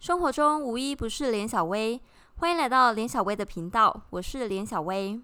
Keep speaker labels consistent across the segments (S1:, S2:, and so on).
S1: 生活中无一不是连小薇，欢迎来到连小薇的频道，我是连小薇。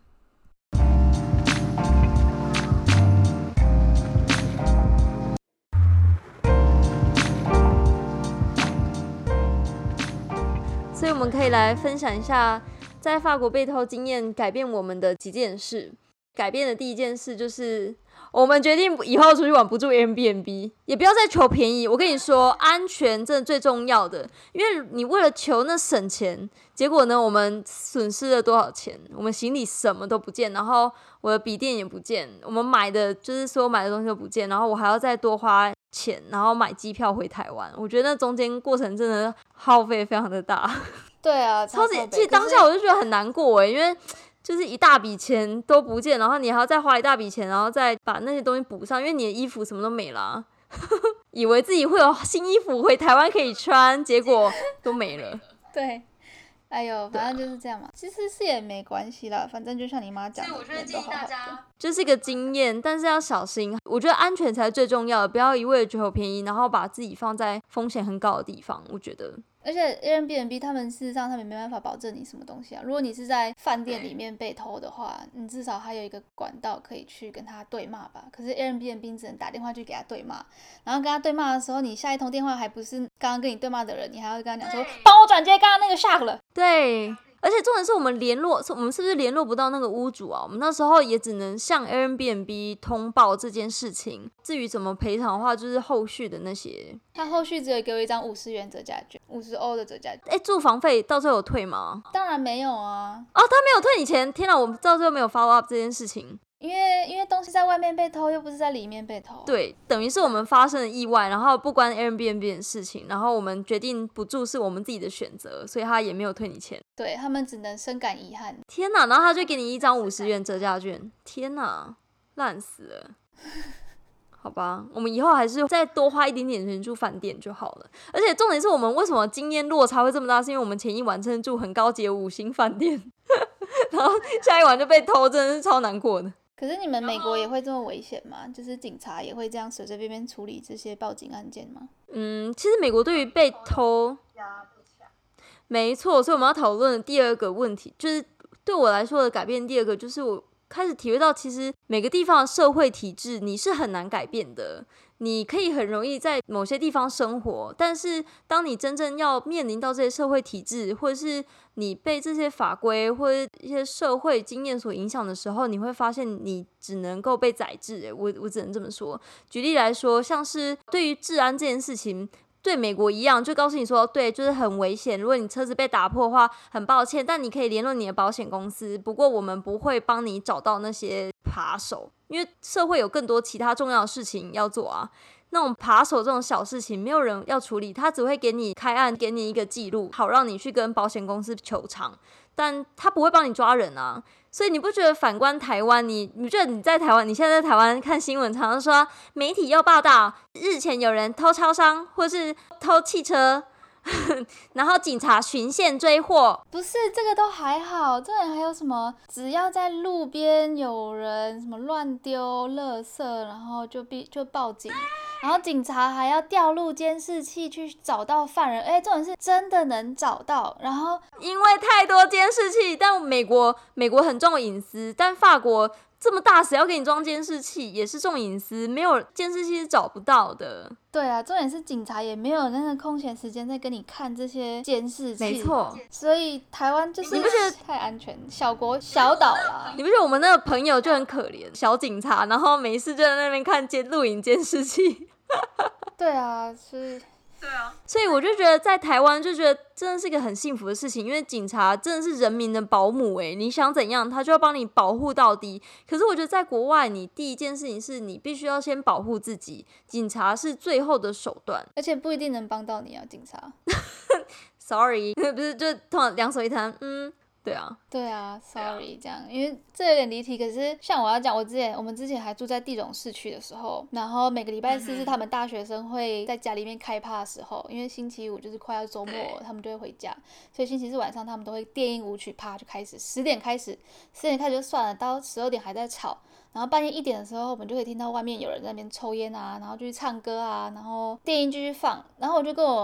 S1: 所以我们可以来分享一下在法国被偷经验改变我们的几件事。改变的第一件事就是我们决定以后出去玩不住 Airbnb， 也不要再求便宜。我跟你说，安全真的最重要的，因为你为了求那省钱，结果呢，我们损失了多少钱？我们行李什么都不见，然后我的笔电也不见，我们买的就是所有买的东西都不见，然后我还要再多花钱，然后买机票回台湾。我觉得那中间过程真的耗费非常的大。
S2: 对啊，
S1: 超级，其实当下我就觉得很难过因为就是一大笔钱都不见，然后你还要再花一大笔钱，然后再把那些东西补上，因为你的衣服什么都没了以为自己会有新衣服回台湾可以穿，结果都没了。
S2: 对，哎呦，反正就是这样嘛。其实是也没关系啦，反正就像你妈讲的，
S1: 所以我觉得建议大家
S2: 就是
S1: 一个经验，但是要小心。我觉得安全才是最重要的，不要一味的求便宜，然后把自己放在风险很高的地方。我觉得。
S2: 而且 Airbnb 他们事实上他们没办法保证你什么东西啊。如果你是在饭店里面被偷的话，你至少还有一个管道可以去跟他对骂吧。可是 Airbnb 只能打电话去给他对骂，然后跟他对骂的时候，你下一通电话还不是刚刚跟你对骂的人，你还要跟他讲说帮我转接刚刚那个 shark 了。
S1: 对。而且重点是我们是不是联络不到那个屋主啊？我们那时候也只能向 Airbnb 通报这件事情。至于怎么赔偿的话，就是后续的那些。
S2: 他后续只有给我一张50元折价券，50欧的折价券。
S1: 住房费到最后有退吗？
S2: 当然没有啊。
S1: 他没有退你钱。天哪，我们到最后没有 follow up 这件事情。
S2: 因为东西在外面被偷，又不是在里面被偷。
S1: 对，等于是我们发生了意外，然后不关 Airbnb 的事情，然后我们决定不住是我们自己的选择，所以他也没有退你钱。
S2: 对，他们只能深感遗憾。
S1: 天哪，然后他就给你一张50元折价券。天哪，烂死了。好吧，我们以后还是再多花一点点钱住饭店就好了。而且重点是我们为什么经验落差会这么大，是因为我们前一晚真的住很高级的5星饭店然后下一晚就被偷，真的是超难过的。
S2: 可是你们美国也会这么危险吗？就是警察也会这样随随便便处理这些报警案件吗？
S1: 其实美国对于被偷，没错，所以我们要讨论的第二个问题，就是对我来说的改变。第二个就是我开始体会到，其实每个地方的社会体制你是很难改变的。你可以很容易在某些地方生活，但是当你真正要面临到这些社会体制，或者是你被这些法规或者一些社会经验所影响的时候，你会发现你只能够被宰制。我只能这么说。举例来说，像是对于治安这件事情，对美国一样，就告诉你说，对，就是很危险。如果你车子被打破的话，很抱歉，但你可以联络你的保险公司。不过我们不会帮你找到那些扒手，因为社会有更多其他重要的事情要做啊。那种扒手这种小事情没有人要处理，他只会给你开案，给你一个记录，好让你去跟保险公司求偿，但他不会帮你抓人啊。所以你不觉得反观台湾，你觉得你在台湾，你现在在台湾看新闻，常常说媒体又报道日前有人偷超商或是偷汽车然后警察循线追获。
S2: 不是，这个都还好。这里还有什么？只要在路边有人什么乱丢垃圾，然后就报警，然后警察还要调入监视器去找到犯人。这种是真的能找到。然后
S1: 因为太多监视器，但美国很重隐私，但法国这么大，谁要给你装监视器？也是重隐私，没有监视器是找不到的。
S2: 对啊，重点是警察也没有那个空闲时间在跟你看这些监视器。
S1: 没错，
S2: 所以台湾就是
S1: 你不觉得
S2: 太安全？小国小岛啦。
S1: 你不觉得我们那个朋友就很可怜，小警察，然后没事就在那边看录影监视器
S2: 对啊，是。
S1: 对啊，所以我就觉得在台湾就觉得真的是一个很幸福的事情，因为警察真的是人民的保姆你想怎样他就要帮你保护到底。可是我觉得在国外，你第一件事情是你必须要先保护自己，警察是最后的手段，
S2: 而且不一定能帮到你啊，警察
S1: sorry 不是就通常两手一摊
S2: 对啊 sorry 这样，因为这有点离题。可是像我要讲，我们之前还住在地种市区的时候，然后每个礼拜四是他们大学生会在家里面开趴的时候，因为星期五就是快要周末了，他们就会回家，所以星期四晚上他们都会电音舞曲趴就开始，10点开始就算了，到12点还在吵，然后半夜1点的时候，我们就可以听到外面有人在那边抽烟啊，然后就去唱歌啊，然后电音继续放，然后我就跟我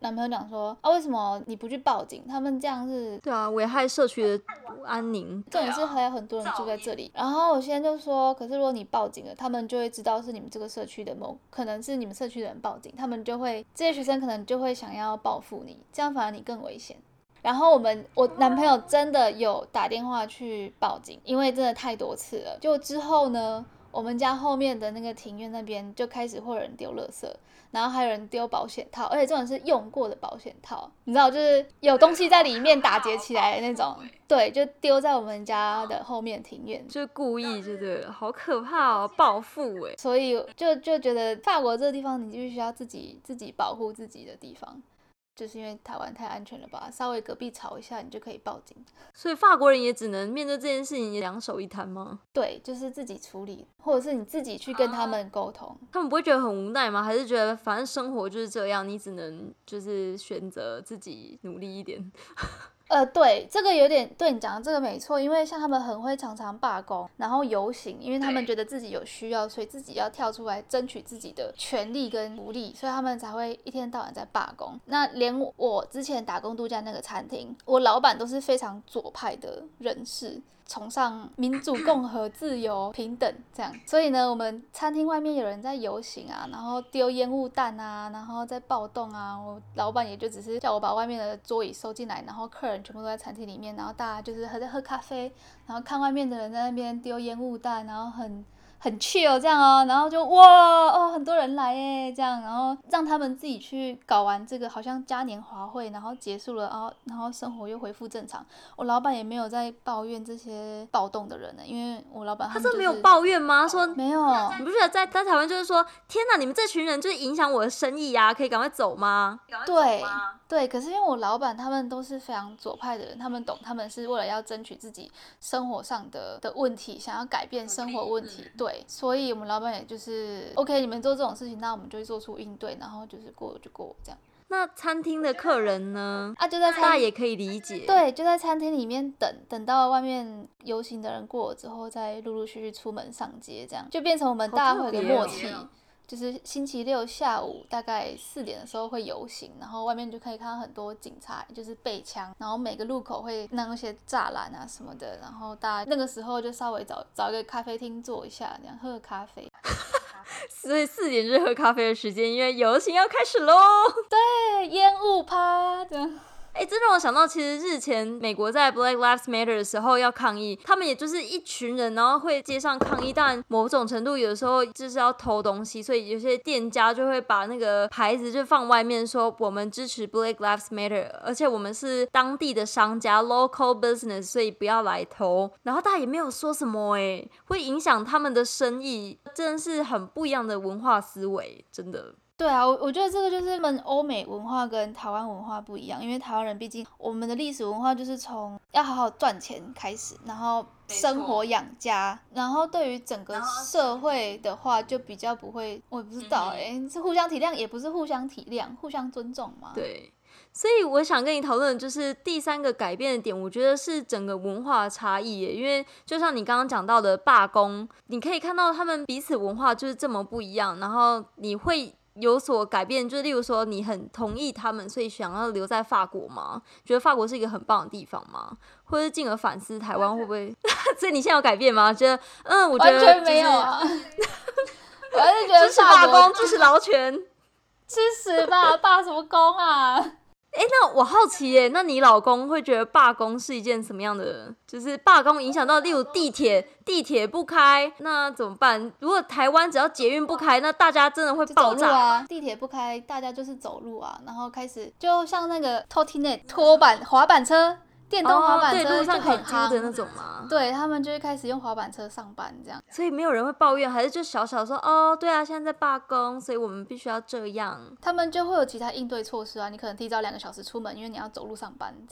S2: 男朋友讲说啊，为什么你不去报警？他们这样是
S1: 对啊，危害社区的安宁。
S2: 重点是还有很多人住在这里。然后我先就说，可是如果你报警了，他们就会知道是你们这个社区的可能是你们社区的人报警，他们就会这些学生可能就会想要报复你，这样反而你更危险。然后我男朋友真的有打电话去报警，因为真的太多次了。就之后呢，我们家后面的那个庭院那边就开始会有人丢垃圾，然后还有人丢保险套，而且这种是用过的保险套，你知道，就是有东西在里面打结起来的那种，对，就丢在我们家的后面庭院，
S1: 就故意就对了，好可怕哦，报复哎。
S2: 所以就觉得法国这个地方，你就必须要自己保护自己的地方。就是因为台湾太安全了吧，稍微隔壁吵一下你就可以报警，
S1: 所以法国人也只能面对这件事情也两手一摊吗？
S2: 对，就是自己处理，或者是你自己去跟他们沟通。
S1: 他们不会觉得很无奈吗？还是觉得反正生活就是这样，你只能就是选择自己努力一点？
S2: 对，这个有点对你讲的这个没错，因为像他们很会常常罢工，然后游行，因为他们觉得自己有需要，所以自己要跳出来争取自己的权利跟福利，所以他们才会一天到晚在罢工。那连我之前打工度假那个餐厅，我老板都是非常左派的人士，崇尚民主、共和、自由、平等这样，所以呢，我们餐厅外面有人在游行啊，然后丢烟雾弹啊，然后在暴动啊，我老板也就只是叫我把外面的桌椅收进来，然后客人全部都在餐厅里面，然后大家就是在喝咖啡，然后看外面的人在那边丢烟雾弹，然后很 chill 这样哦，然后就哇哦很多人来耶这样，然后让他们自己去搞完这个好像嘉年华会，然后结束了，然后生活又恢复正常。我老板也没有在抱怨这些暴动的人呢，因为我老板他们、就是、
S1: 没有抱怨吗？说
S2: 没有，
S1: 你不觉得在台湾就是说，天哪，你们这群人就是影响我的生意啊，可以赶快走吗？
S2: 对，可是因为我老板他们都是非常左派的人，他们懂，他们是为了要争取自己生活上的问题，想要改变生活问题，对，所以我们老板也就是 OK， 你们做这种事情，那我们就会做出应对，然后就是过就过这样。
S1: 那餐厅的客人呢？
S2: 就在
S1: 大家也可以理解。
S2: 对，就在餐厅里面等到外面游行的人过了之后，再陆陆续续出门上街，这样就变成我们大会的默契。就是星期六下午大概4点的时候会游行，然后外面就可以看到很多警察，就是备枪，然后每个路口会弄一些栅栏啊什么的，然后大家那个时候就稍微找一个咖啡厅坐一下，这样喝个咖啡。
S1: 所以4点就是喝咖啡的时间，因为游行要开始咯。
S2: 对，烟雾趴这样。
S1: 这让我想到，其实日前美国在 Black Lives Matter 的时候要抗议，他们也就是一群人，然后会街上抗议，但某种程度有的时候就是要偷东西，所以有些店家就会把那个牌子就放外面说我们支持 Black Lives Matter， 而且我们是当地的商家 local business， 所以不要来偷。然后大家也没有说什么会影响他们的生意，真的是很不一样的文化思维，真的。
S2: 对啊，我觉得这个就是他们欧美文化跟台湾文化不一样，因为台湾人毕竟我们的历史文化就是从要好好赚钱开始，然后生活养家，然后对于整个社会的话就比较不会，我也不知道是互相体谅，也不是互相体谅，互相尊重嘛。
S1: 对。所以我想跟你讨论的就是第3个改变的点，我觉得是整个文化的差异耶。因为就像你刚刚讲到的罢工，你可以看到他们彼此文化就是这么不一样，然后你会有所改变，就例如说你很同意他们，所以想要留在法国吗？觉得法国是一个很棒的地方吗？或者进而反思台湾会不会所以你现在有改变吗？觉得我觉得、就是、
S2: 完全没有啊我还是觉得
S1: 支持罢工，支持劳权，
S2: 吃屎吧，罢什么工啊？
S1: 那我好奇耶，那你老公会觉得罢工是一件什么样的？就是罢工影响到，例如地铁不开，那怎么办？如果台湾只要捷运不开，那大家真的会爆炸。
S2: 走路啊，地铁不开，大家就是走路啊，然后开始就像那个 trottinette 滑板车。电动滑板车
S1: 对，路上可以
S2: 租
S1: 的那种吗？
S2: 对，他们就会开始用滑板车上班这样。
S1: 所以没有人会抱怨，还是就小小说对啊，现在在罢工，所以我们必须要这样。
S2: 他们就会有其他应对措施啊，你可能提早2个小时出门，因为你要走路上班这样。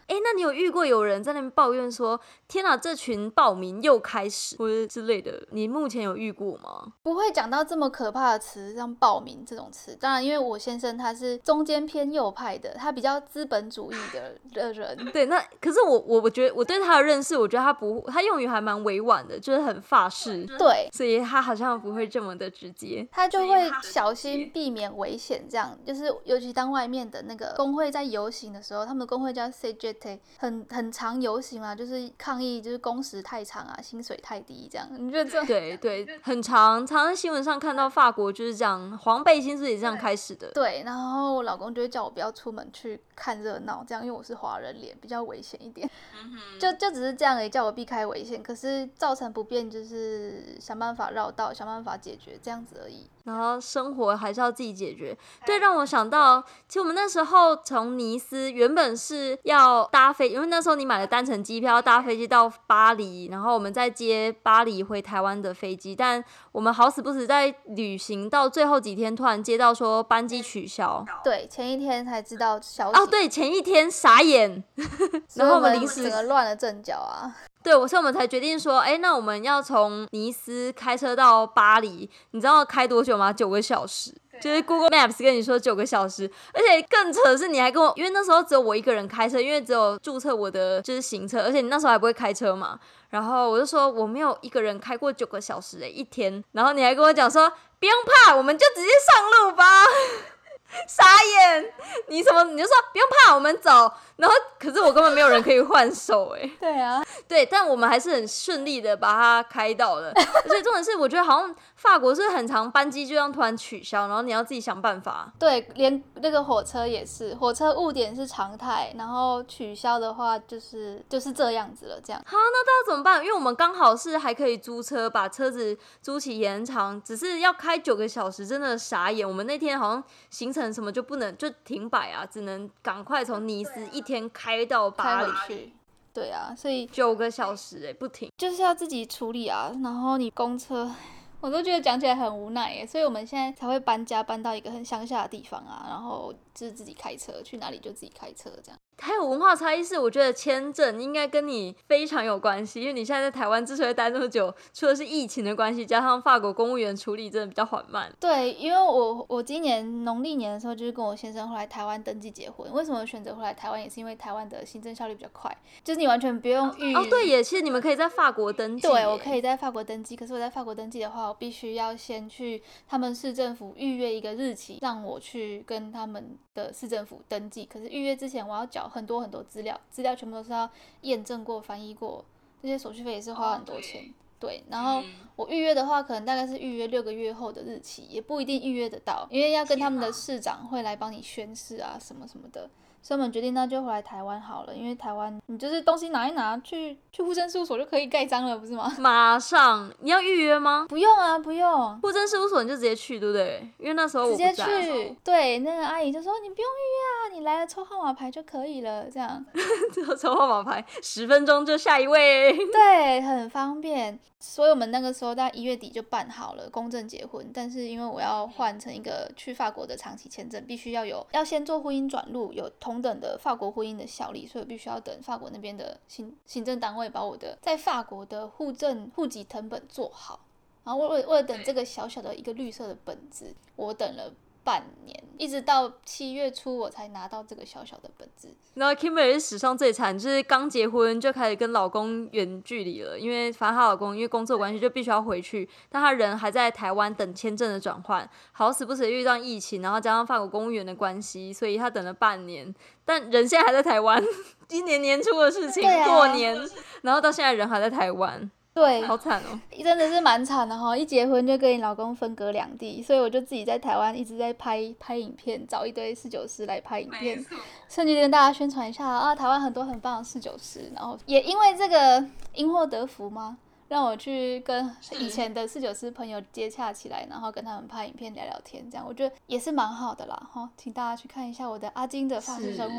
S1: 那你有遇过有人在那边抱怨说天哪，这群暴民又开始或者之类的，你目前有遇过吗？
S2: 不会讲到这么可怕的词，像暴民这种词。当然因为我先生他是中间偏右派的，他比较资本主义的人。
S1: 对，那可是我觉得我对他的认识，我觉得他用语还蛮委婉的，就是很法式，
S2: 对，
S1: 所以他好像不会这么的直接，
S2: 他就会小心避免危险，这样就是尤其当外面的那个工会在游行的时候，他们的工会叫 CGT， 很常游行啊，就是抗议就是工时太长啊，薪水太低这样。你觉得这
S1: 对对，很常在新闻上看到法国就是这样，黄背心是也这样开始的。
S2: 对，然后我老公就会叫我不要出门去看热闹，这样因为我是华人脸比较危险一点，就只是这样而已，叫我避开危险，可是造成不便就是想办法绕道，想办法解决这样子而已。
S1: 然后生活还是要自己解决。对，让我想到，其实我们那时候从尼斯原本是要搭飞，因为那时候你买了单程机票，要搭飞机到巴黎，然后我们再接巴黎回台湾的飞机，但我们好死不死在旅行到最后几天，突然接到说班机取消。
S2: 对，前一天才知道消息。
S1: 哦，对，前一天傻眼，然后我们临时
S2: 整个乱了阵脚啊。
S1: 对，所以我们才决定说，那我们要从尼斯开车到巴黎，你知道开多久吗？9个小时。就是 Google Maps 跟你说9个小时，而且更扯的是你还跟我，因为那时候只有我一个人开车，因为只有注册我的就是行车，而且你那时候还不会开车嘛，然后我就说我没有一个人开过9个小时一天，然后你还跟我讲说不用怕，我们就直接上路吧。傻眼，你就说不用怕，我们走。然后可是我根本没有人可以换手
S2: 对啊，
S1: 对，但我们还是很顺利的把它开到了。而且重点是，我觉得好像法国是很常班机就这样突然取消，然后你要自己想办法。
S2: 对，连那个火车也是，火车误点是常态，然后取消的话就是这样子了，这样。
S1: 好，那大家怎么办？因为我们刚好是还可以租车，把车子租起延长，只是要开9个小时，真的傻眼。我们那天好像行程什么就不能就停摆啊，只能赶快从尼斯一天开到巴黎
S2: 去。对啊，所以
S1: 9个小时不停，
S2: 就是要自己处理啊。然后你公车，我都觉得讲起来很无奈所以我们现在才会搬家，搬到一个很乡下的地方啊，然后就是自己开车，去哪里就自己开车这样。
S1: 还有文化差异是，我觉得签证应该跟你非常有关系，因为你现在在台湾之所以待那么久，除了是疫情的关系，加上法国公务员处理真的比较缓慢。
S2: 对，因为我今年农历年的时候就是跟我先生回来台湾登记结婚。为什么选择回来台湾，也是因为台湾的行政效率比较快，就是你完全不用预
S1: 哦，对耶，其实你们可以在法国登记。
S2: 对，我可以在法国登记，可是我在法国登记的话，我必须要先去他们市政府预约一个日期，让我去跟他们的市政府登记。可是预约之前，我要缴很多资料全部都是要验证过、翻译过，这些手续费也是花很多钱。对，然后我预约的话，可能大概是预约6个月后的日期，也不一定预约得到，因为要跟他们的市长会来帮你宣誓啊，什么什么的。所以我们决定那就回来台湾好了，因为台湾你就是东西拿一拿，去户政事务所就可以盖章了，不是吗？
S1: 马上，你要预约吗？
S2: 不用啊，不用。
S1: 户政事务所你就直接去，对不对？因为那时候我不在。
S2: 直接去，对，那个阿姨就说你不用预约啊，你来了抽号码牌就可以了，这样。
S1: 抽号码牌10分钟就下一位。
S2: 对，很方便。所以我们那个时候在1月底就办好了公证结婚，但是因为我要换成一个去法国的长期签证，必须要先做婚姻转入，有同等的法国婚姻的效力，所以我必须要等法国那边的行政单位把我的在法国的户籍誊本做好，然后为了等这个小小的一个绿色的本子，我等了半年，一直到7月初我才拿到这个小小的本子。
S1: 然后 Kimberly 是史上最惨，就是刚结婚就开始跟老公远距离了，因为反正她老公因为工作关系就必须要回去，但她人还在台湾等签证的转换，好死不死遇到疫情，然后加上法国公务员的关系，所以她等了半年，但人现在还在台湾。今年年初的事情，过年，然后到现在人还在台湾。
S2: 对，
S1: 好惨哦，
S2: 真的是蛮惨的哈！一结婚就跟你老公分隔两地，所以我就自己在台湾一直在拍影片，找一堆侍酒师来拍影片，甚至跟大家宣传一下啊，台湾很多很棒的侍酒师，然后也因为这个因祸得福吗？让我去跟以前的侍酒师朋友接洽起来，然后跟他们拍影片聊聊天，这样我觉得也是蛮好的啦哈！请大家去看一下我的阿金的法式生活。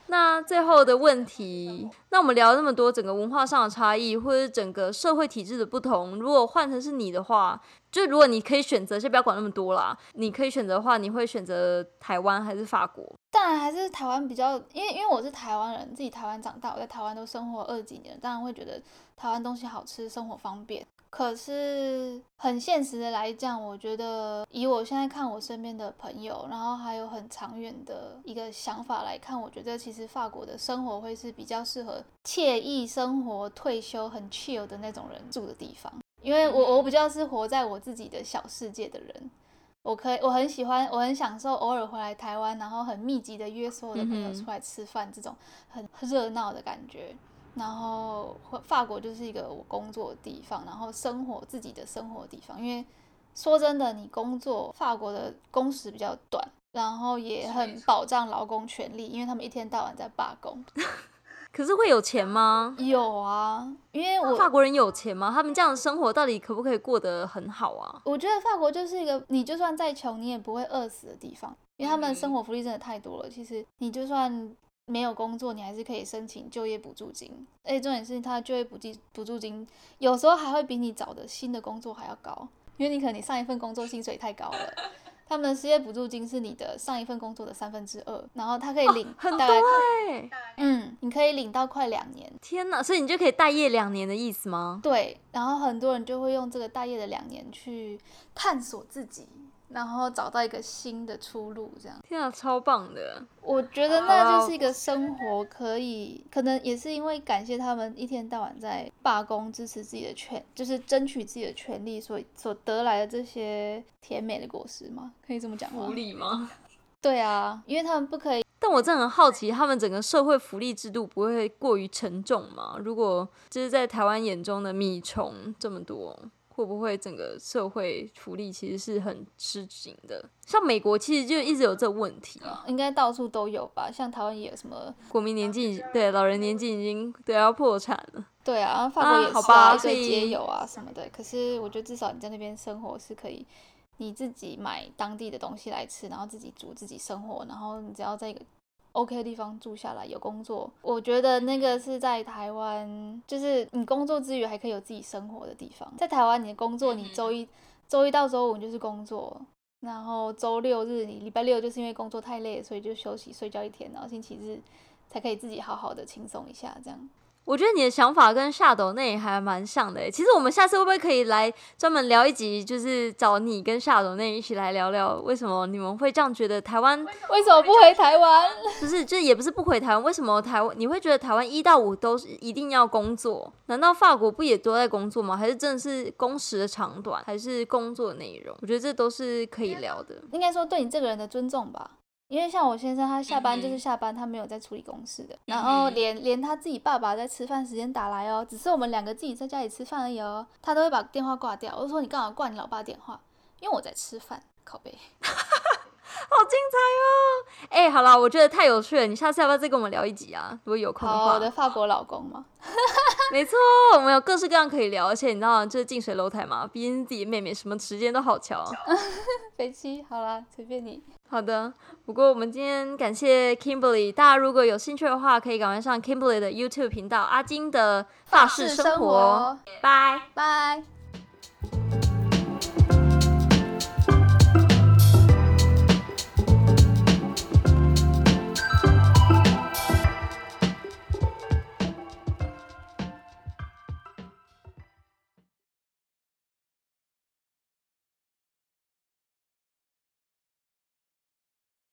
S1: 那最后的问题，那我们聊那么多整个文化上的差异，或者整个社会体制的不同，如果换成是你的话，就如果你可以选择，先不要管那么多啦，你可以选择的话，你会选择台湾还是法国？
S2: 当然还是台湾比较，因为我是台湾人，自己台湾长大，我在台湾都生活20几年，当然会觉得台湾东西好吃，生活方便。可是很现实的来讲，我觉得以我现在看我身边的朋友，然后还有很长远的一个想法来看，我觉得其实法国的生活会是比较适合惬意生活、退休很 chill 的那种人住的地方。因为我比较是活在我自己的小世界的人，我很喜欢，我很享受偶尔回来台湾，然后很密集的约所有的朋友出来吃饭，这种很热闹的感觉。然后法国就是一个我工作的地方，然后自己的生活的地方。因为说真的，你工作法国的工时比较短，然后也很保障劳工权利，因为他们一天到晚在罢工。
S1: 可是会有钱吗？
S2: 有啊，因为
S1: 法国人有钱吗？他们这样的生活到底可不可以过得很好啊？
S2: 我觉得法国就是一个你就算再穷，你也不会饿死的地方，因为他们的生活福利真的太多了。其实你就算没有工作，你还是可以申请就业补助金，而且重点是他的就业补助金有时候还会比你找的新的工作还要高，因为你可能你上一份工作薪水太高了。他们的失业补助金是你的上一份工作的2/3，然后他可以领
S1: 很
S2: 大概
S1: 多
S2: 你可以领到快2年。
S1: 天哪，所以你就可以待业2年的意思吗？
S2: 对，然后很多人就会用这个待业的2年去探索自己，然后找到一个新的出路，这样。
S1: 天啊，超棒的！
S2: 我觉得那就是一个生活，可能也是因为感谢他们一天到晚在罢工，支持自己的就是争取自己的权利，所得来的这些甜美的果实吗？可以这么讲吗？
S1: 福利吗？
S2: 对啊，因为他们不可以。
S1: 但我真的很好奇，他们整个社会福利制度不会过于沉重吗？如果就是在台湾眼中的米虫这么多，会不会整个社会福利其实是很吃紧的？像美国其实就一直有这个问题，
S2: 应该到处都有吧？像台湾也有什么
S1: 国民年金，对，老人年金已经要破产了。
S2: 对啊，法国也是
S1: 好吧，
S2: 一堆街友啊什么的。可是我觉得至少你在那边生活是可以，你自己买当地的东西来吃，然后自己煮自己生活，然后你只要在一个 OK 的地方住下来，有工作，我觉得那个是在台湾，就是你工作之余还可以有自己生活的地方。在台湾，你的工作，你周一到周五你就是工作，然后周六日你礼拜六就是因为工作太累了，所以就休息睡觉1天，然后星期日才可以自己好好的轻松一下，这样。
S1: 我觉得你的想法跟夏斗内还蛮像的耶。其实我们下次会不会可以来专门聊一集，就是找你跟夏斗内一起来聊聊，为什么你们会这样觉得台湾？
S2: 为什么不回台湾？
S1: 不是，就也不是不回台湾，为什么你会觉得台湾1到5都是一定要工作？难道法国不也都在工作吗？还是真的是工时的长短，还是工作的内容？我觉得这都是可以聊的。
S2: 应该说对你这个人的尊重吧。因为像我先生，他下班就是下班，他没有在处理公事的，然后连他自己爸爸在吃饭时间打来哦，只是我们2个自己在家里吃饭而已哦，他都会把电话挂掉。我就说你干嘛挂你老爸电话？因为我在吃饭，靠北。
S1: 好精彩哦！好啦，我觉得太有趣了，你下次要不要再跟我们聊一集啊？如果有空的话。
S2: 好，我的法国老公嘛。
S1: 没错，我们有各式各样可以聊，而且你知道，就是近水楼台嘛，毕竟自己的妹妹，什么时间都好瞧。
S2: 飞机，好啦，随便你。
S1: 好的，不过我们今天感谢 Kimberly， 大家如果有兴趣的话，可以赶快上 Kimberly 的 YouTube 频道阿金的法式生活。拜
S2: 拜。